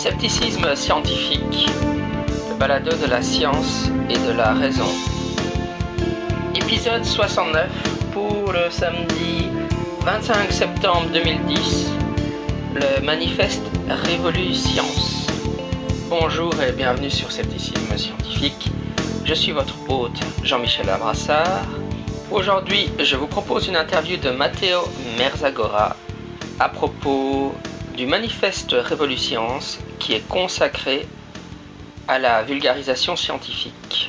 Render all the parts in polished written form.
Scepticisme scientifique, le balado de la science et de la raison. Épisode 69 pour le samedi 25 septembre 2010, le manifeste Révolu-Science. Bonjour et bienvenue sur Scepticisme scientifique. Je suis votre hôte Jean-Michel Abrassard. Aujourd'hui, je vous propose une interview de Matteo Merzagora à propos du manifeste Révolu-Science qui est consacré à la vulgarisation scientifique.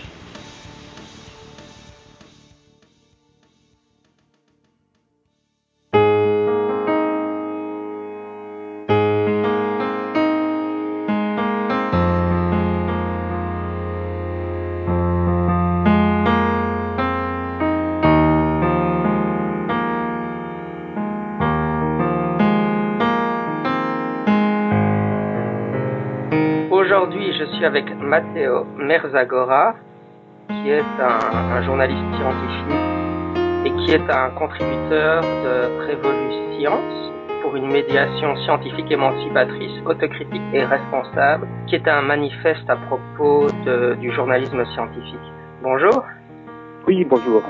Aujourd'hui, je suis avec Matteo Merzagora, qui est un journaliste scientifique et qui est un contributeur de Révolu-Science pour une médiation scientifique émancipatrice, autocritique et responsable, qui est un manifeste à propos du journalisme scientifique. Bonjour. Oui, bonjour.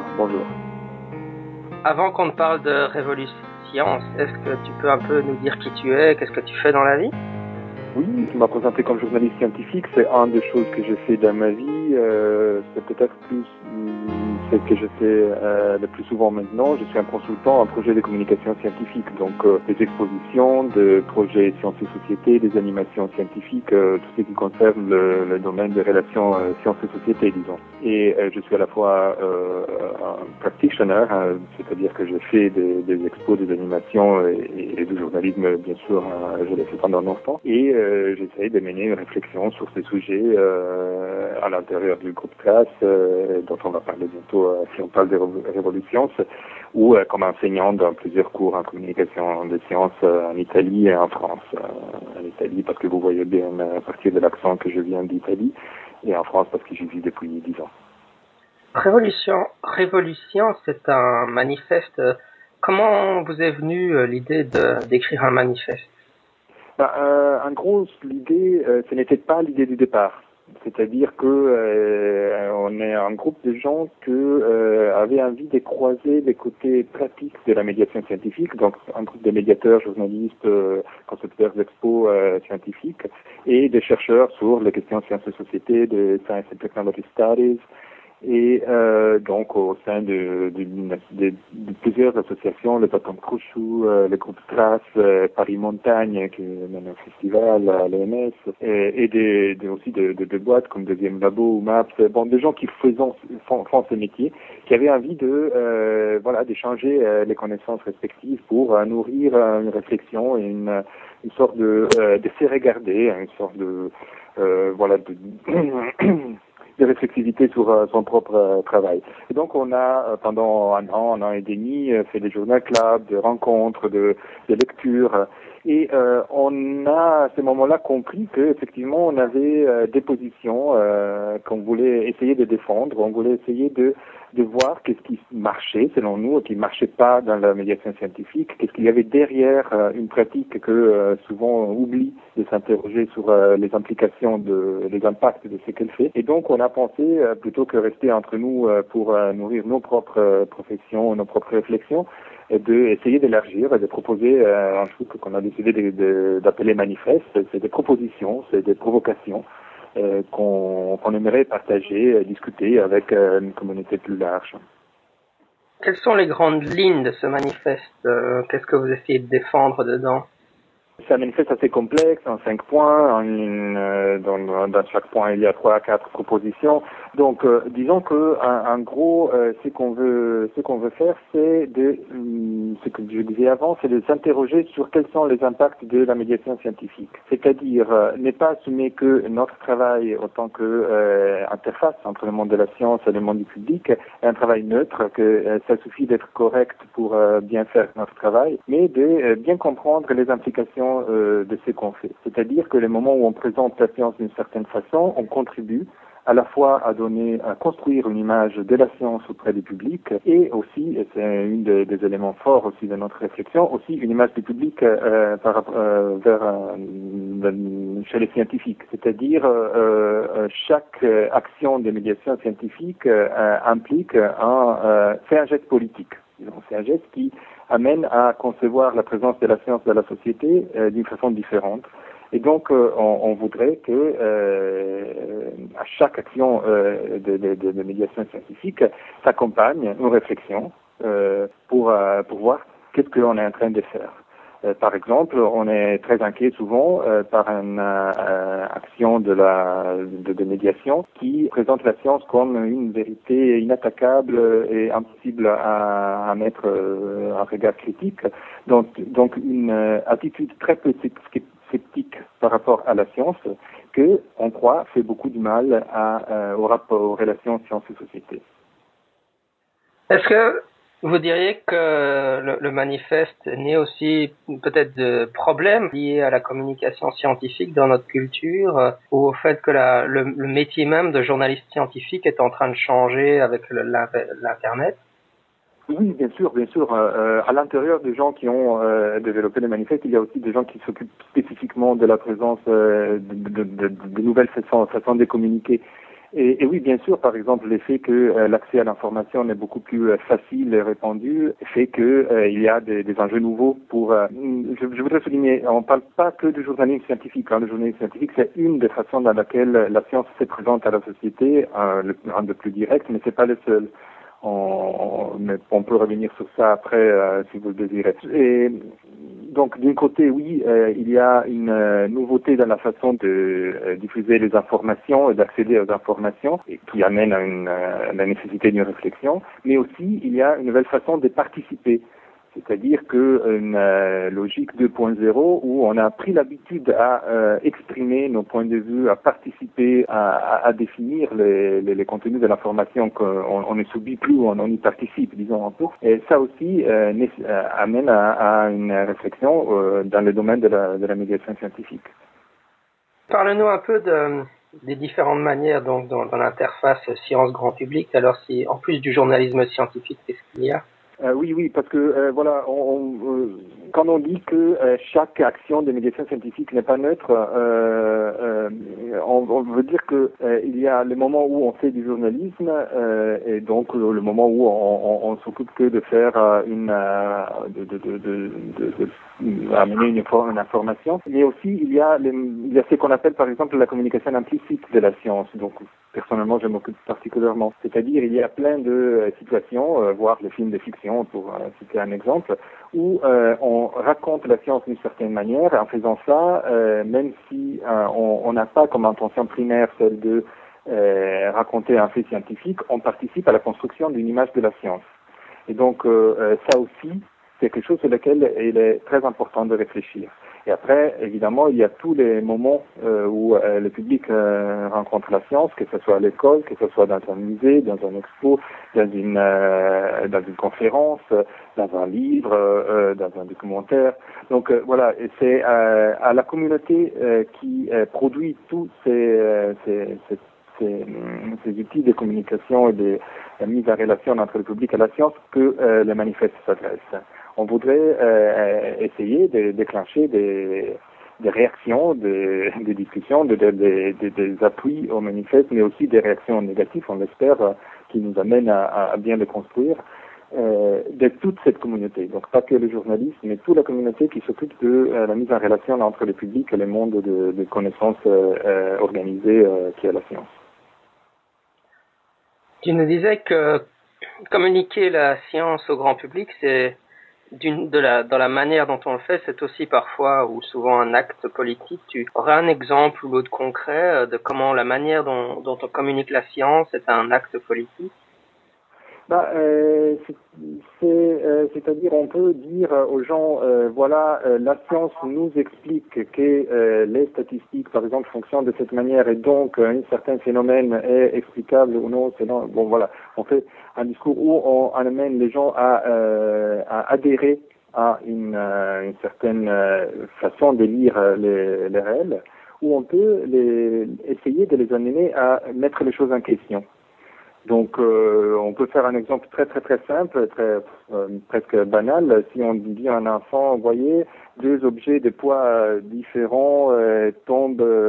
Avant qu'on ne parle de Révolu-Science, est-ce que tu peux un peu nous dire qui tu es, qu'est-ce que tu fais dans la vie ? Oui, tu m'as présenté comme journaliste scientifique, c'est une des choses que je fais dans ma vie, c'est peut-être plus ce que je fais le plus souvent maintenant. Je suis un consultant en projet de communication scientifique, donc des expositions, des projets sciences et société, des animations scientifiques, tout ce qui concerne le domaine des relations sciences et société, disons. Et je suis à la fois un practitioner, c'est-à-dire que je fais des expos, des animations et du journalisme, bien sûr, je l'ai fait pendant longtemps. Et j'essaie de mener une réflexion sur ces sujets à l'intérieur du groupe classe, dont on va parler bientôt si on parle des révolutions, ou comme enseignant dans plusieurs cours en communication des sciences en Italie et en France. En Italie parce que vous voyez bien à partir de l'accent que je viens d'Italie, et en France parce que j'y vis depuis 10 ans. Révolution, c'est un manifeste. Comment vous est venue l'idée d'écrire un manifeste ? En gros, l'idée, ce n'était pas l'idée du départ. C'est-à-dire que on est un groupe de gens qui avaient envie de croiser les côtés pratiques de la médiation scientifique, donc un groupe de médiateurs, journalistes, concepteurs d'expos scientifiques, et des chercheurs sur les questions sciences et société, de Science and Technology Studies, et donc au sein de plusieurs associations, le Patron Crouchou, le groupe Trace, Paris Montagne, qui est un festival à l'EMS, et aussi de boîtes comme Deuxième Labo ou MAPS, des gens qui font ce métier, qui avaient envie d'échanger les connaissances respectives pour nourrir une réflexion et une sorte de se regarder, une sorte de de réflexivité sur son propre travail. Et donc on a pendant un an et demi fait des journal clubs, de rencontres, de lectures, et on a à ce moment-là compris que effectivement on avait des positions qu'on voulait essayer de défendre, on voulait essayer de voir qu'est-ce qui marchait selon nous et qui marchait pas dans la médiation scientifique, qu'est-ce qu'il y avait derrière une pratique que souvent on oublie de s'interroger sur les implications les impacts de ce qu'elle fait. Et donc on a pensé, plutôt que rester entre nous pour nourrir nos propres professions, nos propres réflexions, d'essayer d'élargir et de proposer un truc qu'on a décidé d'appeler manifeste. C'est des propositions, c'est des provocations qu'on aimerait partager, discuter avec une communauté plus large. Quelles sont les grandes lignes de ce manifeste ? Qu'est-ce que vous essayez de défendre dedans ? C'est un manifeste assez complexe, en 5 points, dans chaque point il y a 3 à 4 propositions. Donc disons que en gros ce qu'on veut faire, c'est ce que je disais avant, c'est de s'interroger sur quels sont les impacts de la médiation scientifique. C'est-à-dire ne pas assumer que notre travail en tant que interface entre le monde de la science et le monde du public est un travail neutre, que ça suffit d'être correct pour bien faire notre travail, mais de bien comprendre les implications de ce qu'on fait. C'est-à-dire que le moment où on présente la science d'une certaine façon, on contribue à la fois à construire une image de la science auprès du public, et aussi, et c'est un des éléments forts aussi de notre réflexion, aussi une image du public vers chez les scientifiques. C'est-à-dire, chaque action de médiation scientifique implique c'est un geste politique. C'est un geste qui amène à concevoir la présence de la science dans la société d'une façon différente. Et donc, on voudrait que à chaque action de médiation scientifique s'accompagne une réflexion pour voir qu'est-ce qu'on est en train de faire. Par exemple, on est très inquiet souvent par une action de médiation qui présente la science comme une vérité inattaquable et impossible à mettre un regard critique. Donc une attitude très peu sceptique par rapport à la science que, on croit, fait beaucoup de mal au rapport aux relations sciences et société. Est-ce que vous diriez que le manifeste naît aussi peut-être de problèmes liés à la communication scientifique dans notre culture ou au fait que le métier même de journaliste scientifique est en train de changer avec l'Internet? Oui, bien sûr. À l'intérieur des gens qui ont développé les manifestes, il y a aussi des gens qui s'occupent spécifiquement de la présence de nouvelles façons de communiquer. Et oui, bien sûr, par exemple, l'effet que l'accès à l'information est beaucoup plus facile et répandu fait que il y a des enjeux nouveaux pour. Je voudrais souligner, on ne parle pas que du journalisme scientifique. Le journalisme scientifique, c'est une des façons dans laquelle la science se présente à la société, un de plus direct, mais c'est pas le seul. On peut revenir sur ça après si vous le désirez. Et donc d'un côté, oui, il y a une nouveauté dans la façon de diffuser les informations et d'accéder aux informations, et qui amène à la nécessité d'une réflexion, mais aussi il y a une nouvelle façon de participer. C'est-à-dire qu'une logique 2.0 où on a pris l'habitude à exprimer nos points de vue, à participer, à définir les contenus de l'information qu'on ne subit plus, on y participe, disons un peu. Et ça aussi amène à une réflexion dans le domaine de la médiation scientifique. Parle-nous un peu des différentes manières donc dans l'interface science grand public. Alors si en plus du journalisme scientifique, qu'est-ce qu'il y a? Oui, parce que voilà, quand on dit que chaque action de médiation scientifique n'est pas neutre, on veut dire que il y a le moment où on fait du journalisme et donc le moment où on s'occupe que de faire amener une information, mais aussi il y a ce qu'on appelle par exemple la communication implicite de la science. Donc personnellement, je m'occupe particulièrement. C'est-à-dire, il y a plein de situations, voire les films de fiction, pour citer un exemple, où on raconte la science d'une certaine manière. En faisant ça, même si on n'a pas comme intention primaire celle de raconter un fait scientifique, on participe à la construction d'une image de la science. Et donc, ça aussi, c'est quelque chose sur lequel il est très important de réfléchir. Et après, évidemment, il y a tous les moments où le public rencontre la science, que ce soit à l'école, que ce soit dans un musée, dans un expo, dans une conférence, dans un livre, dans un documentaire. Donc voilà, et c'est à la communauté qui produit tous ces outils de communication et de mise en relation entre le public et la science que le manifeste s'adresse. On voudrait essayer de déclencher des réactions, des discussions, des appuis au manifeste, mais aussi des réactions négatives, on l'espère, qui nous amènent à bien le construire, de toute cette communauté. Donc pas que les journalistes, mais toute la communauté qui s'occupe de la mise en relation entre le public et le monde de connaissances organisées qui est la science. Tu nous disais que communiquer la science au grand public, c'est dans la manière dont on le fait, c'est aussi parfois ou souvent un acte politique. Tu aurais un exemple ou l'autre concret de comment la manière dont on communique la science est un acte politique? C'est-à-dire on peut dire aux gens, voilà, la science nous explique que les statistiques, par exemple, fonctionnent de cette manière et donc un certain phénomène est explicable ou non. Bon, voilà, on fait un discours où on amène les gens à adhérer à une certaine façon de lire les réels, où on peut essayer de les amener à mettre les choses en question. Donc, on peut faire un exemple très simple, presque banal. Si on dit à un enfant, voyez, deux objets de poids différents tombent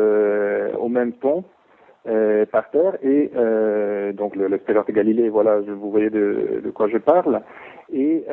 même ton par terre et donc le spélateur de Galilée, voilà, vous voyez de quoi je parle, et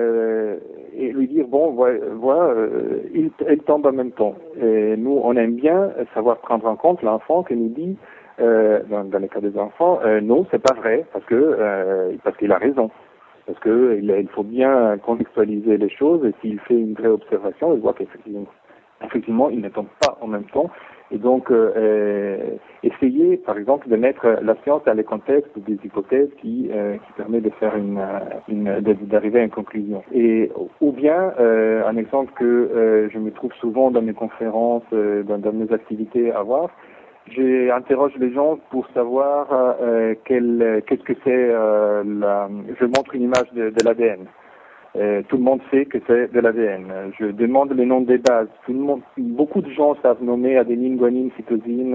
lui dire bon voilà, il tombe en même temps. Et nous on aime bien savoir prendre en compte l'enfant qui nous dit dans le cas des enfants non, c'est pas vrai parce qu'il a raison. Parce que il faut bien contextualiser les choses et s'il fait une vraie observation, il voit qu'effectivement il ne tombe pas en même temps. Et donc essayer par exemple de mettre la science dans les contextes des hypothèses qui permet de faire d'arriver à une conclusion. Et ou bien un exemple que je me trouve souvent dans mes conférences, dans mes activités à voir. J'interroge les gens pour savoir qu'est-ce que c'est. Je montre une image de l'ADN. Tout le monde sait que c'est de l'ADN. Je demande les noms des bases. Beaucoup de gens savent nommer adénine, guanine, cytosine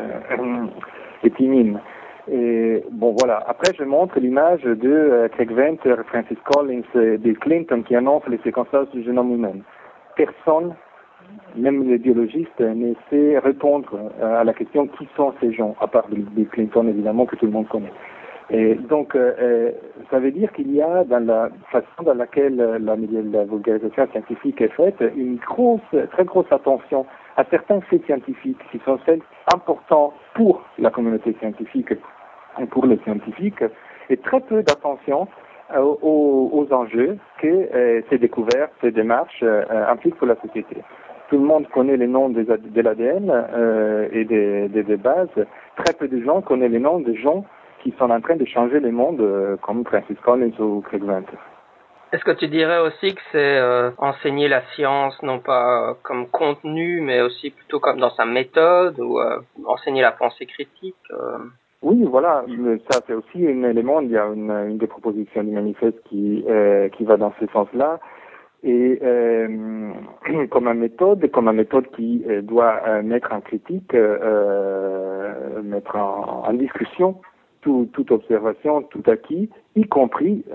et thymine. Et bon voilà. Après, je montre l'image de Craig Venter, Francis Collins et Bill Clinton qui annoncent les séquençages du génome humain. Personne, même les biologistes, ne sait répondre à la question qui sont ces gens, à part Bill Clinton évidemment que tout le monde connaît. Et donc, ça veut dire qu'il y a dans la façon dans laquelle la vulgarisation scientifique est faite une très grosse attention à certains faits scientifiques qui sont celles importants pour la communauté scientifique et pour les scientifiques, et très peu d'attention aux enjeux que ces découvertes, ces démarches impliquent pour la société. Tout le monde connaît les noms de l'ADN et des bases. Très peu de gens connaissent les noms des gens qui sont en train de changer le monde, comme Francis Collins ou Craig Venter. Est-ce que tu dirais aussi que c'est enseigner la science, non pas comme contenu, mais aussi plutôt comme dans sa méthode, ou enseigner la pensée critique Oui, voilà, ça c'est aussi un élément, il y a une des propositions du manifeste qui va dans ce sens-là. Et comme une méthode qui doit mettre en critique, mettre en discussion toute observation, tout acquis, y compris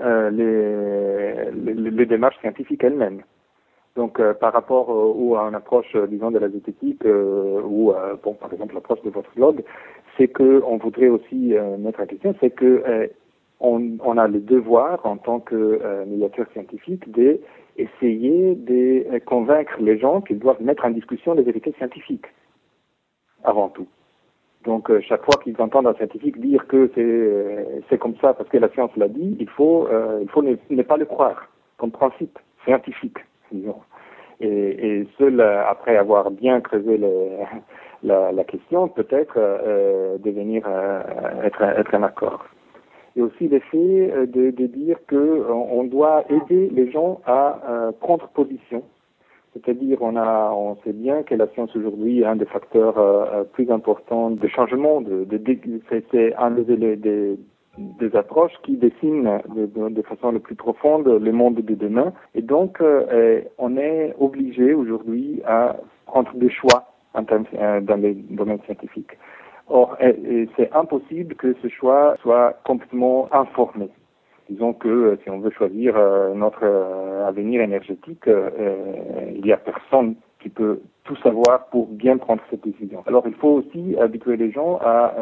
les démarches scientifiques elles-mêmes. Donc par rapport à une approche, disons, de la zététique ou par exemple l'approche de votre blog, c'est que on voudrait aussi mettre en question, c'est que on a le devoir en tant que médiateur scientifique d'essayer de convaincre les gens qu'ils doivent mettre en discussion les vérités scientifiques avant tout. Donc chaque fois qu'ils entendent un scientifique dire que c'est comme ça parce que la science l'a dit, il faut ne pas le croire comme principe scientifique, disons. Et seul après avoir bien creusé la question, peut-être devenir être un accord. Et aussi l'effet de dire que on doit aider les gens à prendre position. C'est-à-dire, on sait bien que la science aujourd'hui est un des facteurs plus importants de changement. C'est un des approches qui dessinent de façon la plus profonde le monde de demain. Et donc, on est obligé aujourd'hui à prendre des choix dans les domaines scientifiques. Or, c'est impossible que ce choix soit complètement informé. Disons que si on veut choisir notre avenir énergétique, il n'y a personne qui peut tout savoir pour bien prendre cette décision. Alors il faut aussi habituer les gens à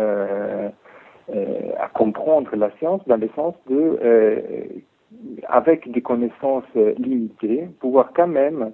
comprendre la science dans le sens de, avec des connaissances limitées, pouvoir quand même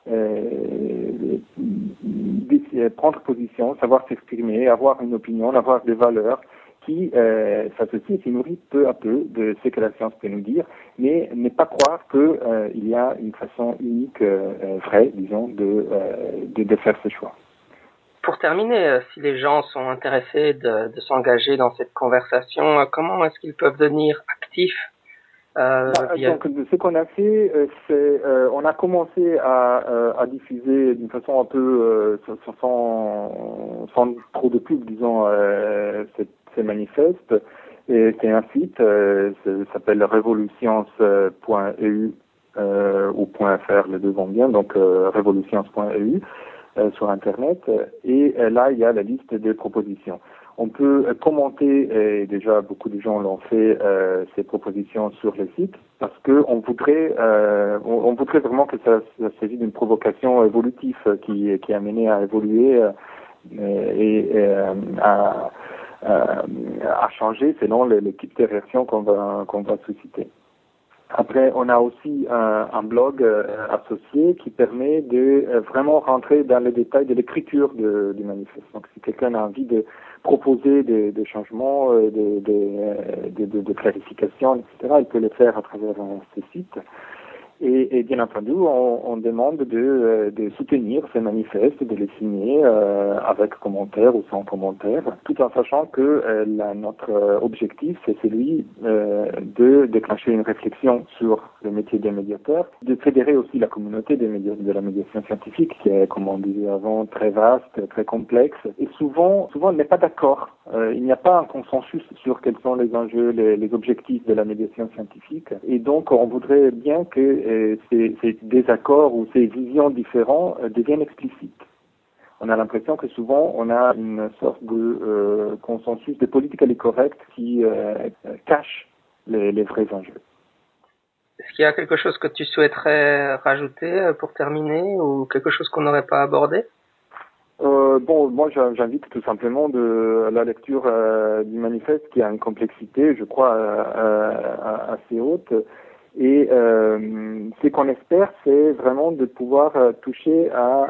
prendre position, savoir s'exprimer, avoir une opinion, avoir des valeurs qui s'associent et qui nourrissent peu à peu de ce que la science peut nous dire, mais ne pas croire qu'il y a une façon unique, vraie, disons, de faire ce choix. Pour terminer, si les gens sont intéressés de s'engager dans cette conversation, comment est-ce qu'ils peuvent devenir actifs Donc, ce qu'on a fait, c'est on a commencé à diffuser d'une façon un peu sans trop de pub, disons, ces manifestes. Et c'est un site, ça s'appelle revolutions.eu ou .fr, les deux vont bien, donc revolutions.eu sur Internet. Et là, il y a la liste des propositions. On peut commenter, et déjà beaucoup de gens l'ont fait, ces propositions sur le site, parce que on voudrait vraiment que ça s'agisse d'une provocation évolutive qui a mené à évoluer à changer selon le type de réaction qu'on va susciter. Après, on a aussi un blog associé qui permet de vraiment rentrer dans les détails de l'écriture du manifeste. Donc, si quelqu'un a envie de proposer des changements, de clarifications, etc., il peut le faire à travers ce site. Et bien entendu, on demande de soutenir ces manifestes, de les signer avec commentaires ou sans commentaires, tout en sachant que notre objectif, c'est celui de déclencher une réflexion sur le métier des médiateurs, de fédérer aussi la communauté de la médiation scientifique, qui est, comme on disait avant, très vaste, très complexe, et souvent on n'est pas d'accord. Il n'y a pas un consensus sur quels sont les enjeux, les objectifs de la médiation scientifique, et donc on voudrait bien que ces désaccords ou ces visions différentes deviennent explicites. On a l'impression que souvent on a une sorte de consensus de politically correct qui cache les vrais enjeux. Est-ce qu'il y a quelque chose que tu souhaiterais rajouter pour terminer ou quelque chose qu'on n'aurait pas abordé? Moi j'invite tout simplement de la lecture du manifeste qui a une complexité, je crois, assez haute. Et ce qu'on espère, c'est vraiment de pouvoir toucher à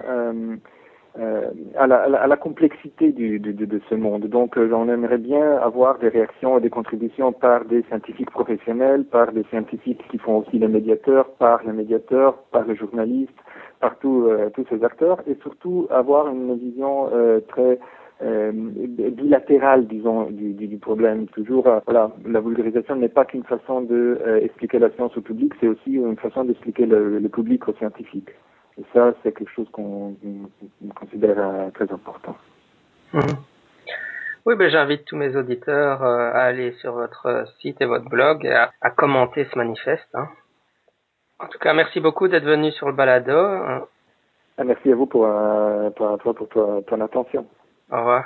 la complexité de ce monde. Donc, on aimerait bien avoir des réactions et des contributions par des scientifiques professionnels, par des scientifiques qui font aussi les médiateurs, par les médiateurs, par les journalistes, par tous ces acteurs, et surtout avoir une vision très bilatérale, disons, du problème. Toujours, la vulgarisation n'est pas qu'une façon de expliquer la science au public, c'est aussi une façon d'expliquer le public aux scientifiques. Et ça, c'est quelque chose qu'on considère très important. Mmh. Oui, j'invite tous mes auditeurs à aller sur votre site et votre blog et à commenter ce manifeste. Hein. En tout cas, merci beaucoup d'être venu sur le balado. Merci à vous pour ton attention. Au revoir.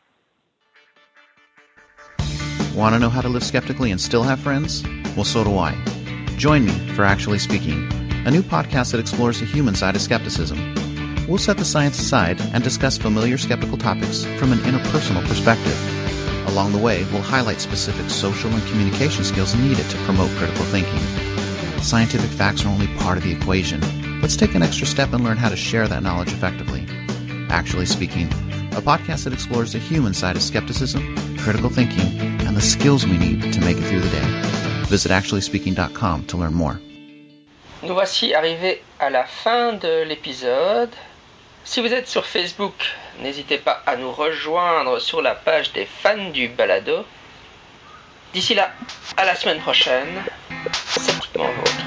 Want to know how to live skeptically and still have friends? Well, so do I. Join me for Actually Speaking, a new podcast that explores the human side of skepticism. We'll set the science aside and discuss familiar skeptical topics from an interpersonal perspective. Along the way, we'll highlight specific social and communication skills needed to promote critical thinking. Scientific facts are only part of the equation. Let's take an extra step and learn how to share that knowledge effectively. Actually Speaking, a podcast that explores the human side of skepticism, critical thinking, and the skills we need to make it through the day. Visit actuallyspeaking.com to learn more. Nous voici arrivés à la fin de l'épisode. Si vous êtes sur Facebook, n'hésitez pas à nous rejoindre sur la page des fans du balado. D'ici là, à la semaine prochaine, sceptiquement vôtre.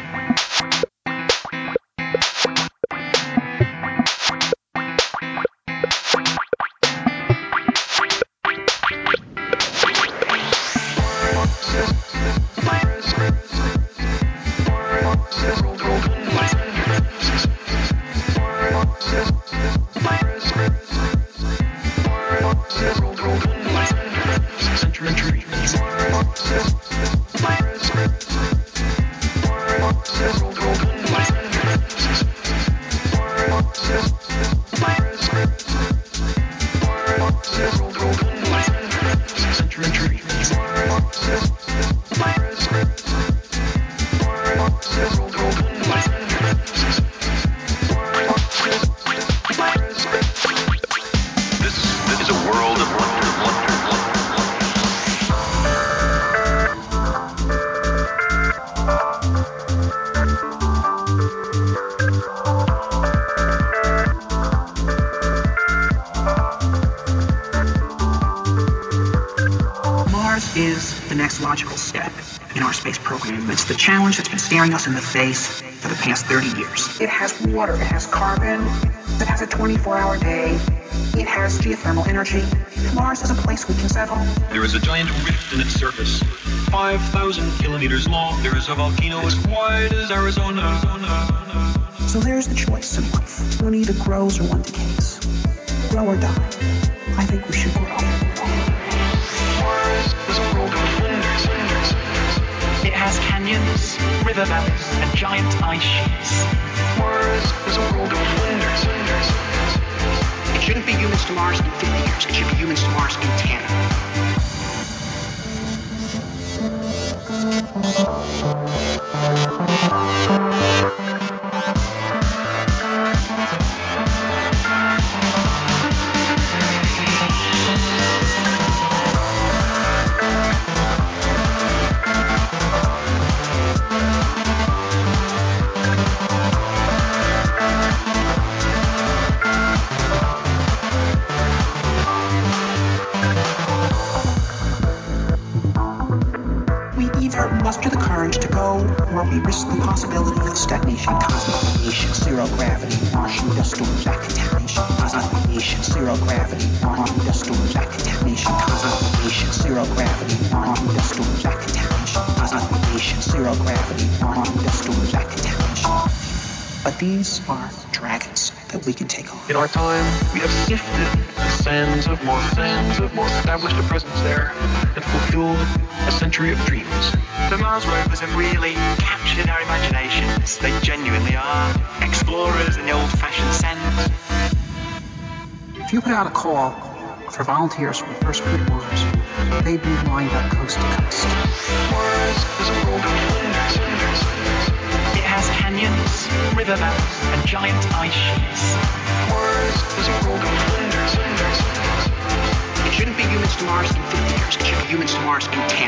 Logical step in our space program. It's the challenge that's been staring us in the face for the past 30 years. It has water, it has carbon, it has a 24-hour day, it has geothermal energy. Mars is a place we can settle. There is a giant rift in its surface, 5,000 kilometers long. There is a volcano as wide as Arizona. So there's the choice in life. One either grows or one decays. Grow or die. I think we should grow. It has canyons, river valleys, and giant ice sheets. Mars is a world of wonders. It shouldn't be humans to Mars in 50 years. It should be humans to Mars in 10. Muster the courage to go where we risk the possibility of stagnation, cosmic radiation, zero gravity, Martian dust storms, that contamination, cosmic radiation, zero gravity, Martian dust storms, that contamination, cosmic radiation, zero gravity, Martian dust storms, that contamination, cosmic radiation, zero gravity, Martian dust storms, that contamination. But these are dragons that we can take on. In our time, we have sifted the sands of Mars, established a presence there, and fulfilled a century of dreams. The Mars rovers have really captured our imaginations. They genuinely are explorers in the old-fashioned sense. If you put out a call for volunteers for the first crew to Mars, they'd be lined up coast to coast. Mars is a world of wonders. It has canyons, riverbanks, and giant ice sheets. Mars is a world of wonders. It shouldn't be humans to Mars in 50 years. It should be humans to Mars in 10.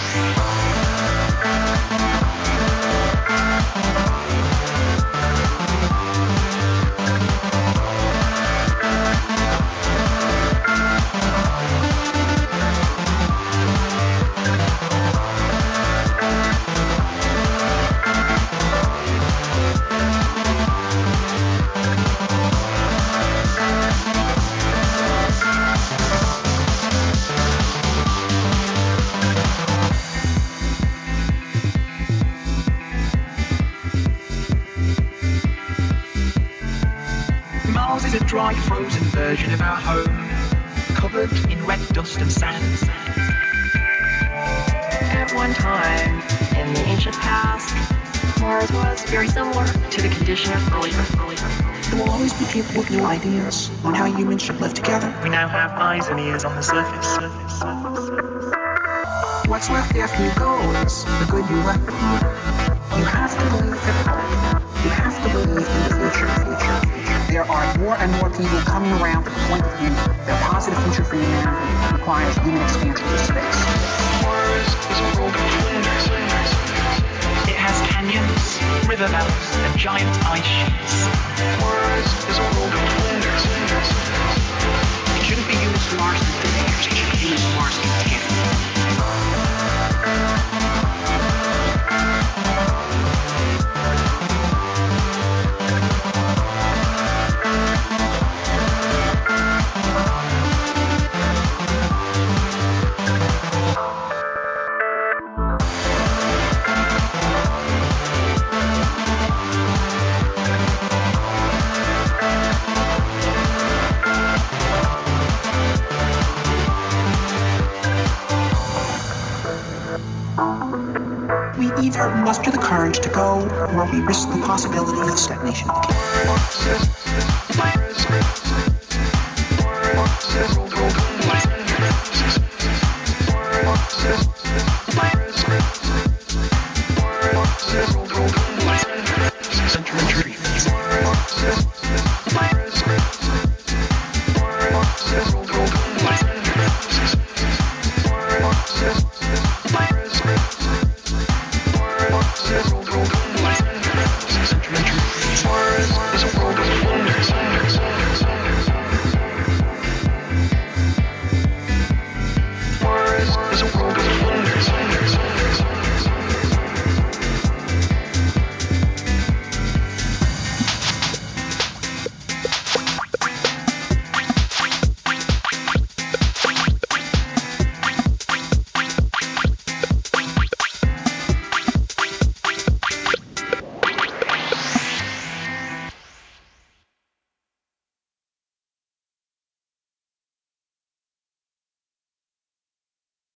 Mars is a dry, frozen version of our home, covered in red dust and sand. At one time, in the ancient past, Mars was very similar to the condition of early Earth. There will always be people with new ideas on how humans should live together. We now have eyes and ears on the surface. What's left after you go is the good you left behind. You have to believe that. You have to believe in the future. There are more and more people coming around to the point of view that a positive future for humanity requires human expansion to space. Mars is a world of wonders. It has canyons, riverbanks, and giant ice sheets. Mars is a world of wonders. It shouldn't be humans to Mars in 50 years. It should be humans to Mars in 10. We either muster the courage to go where we risk the possibility of stagnation. Mars is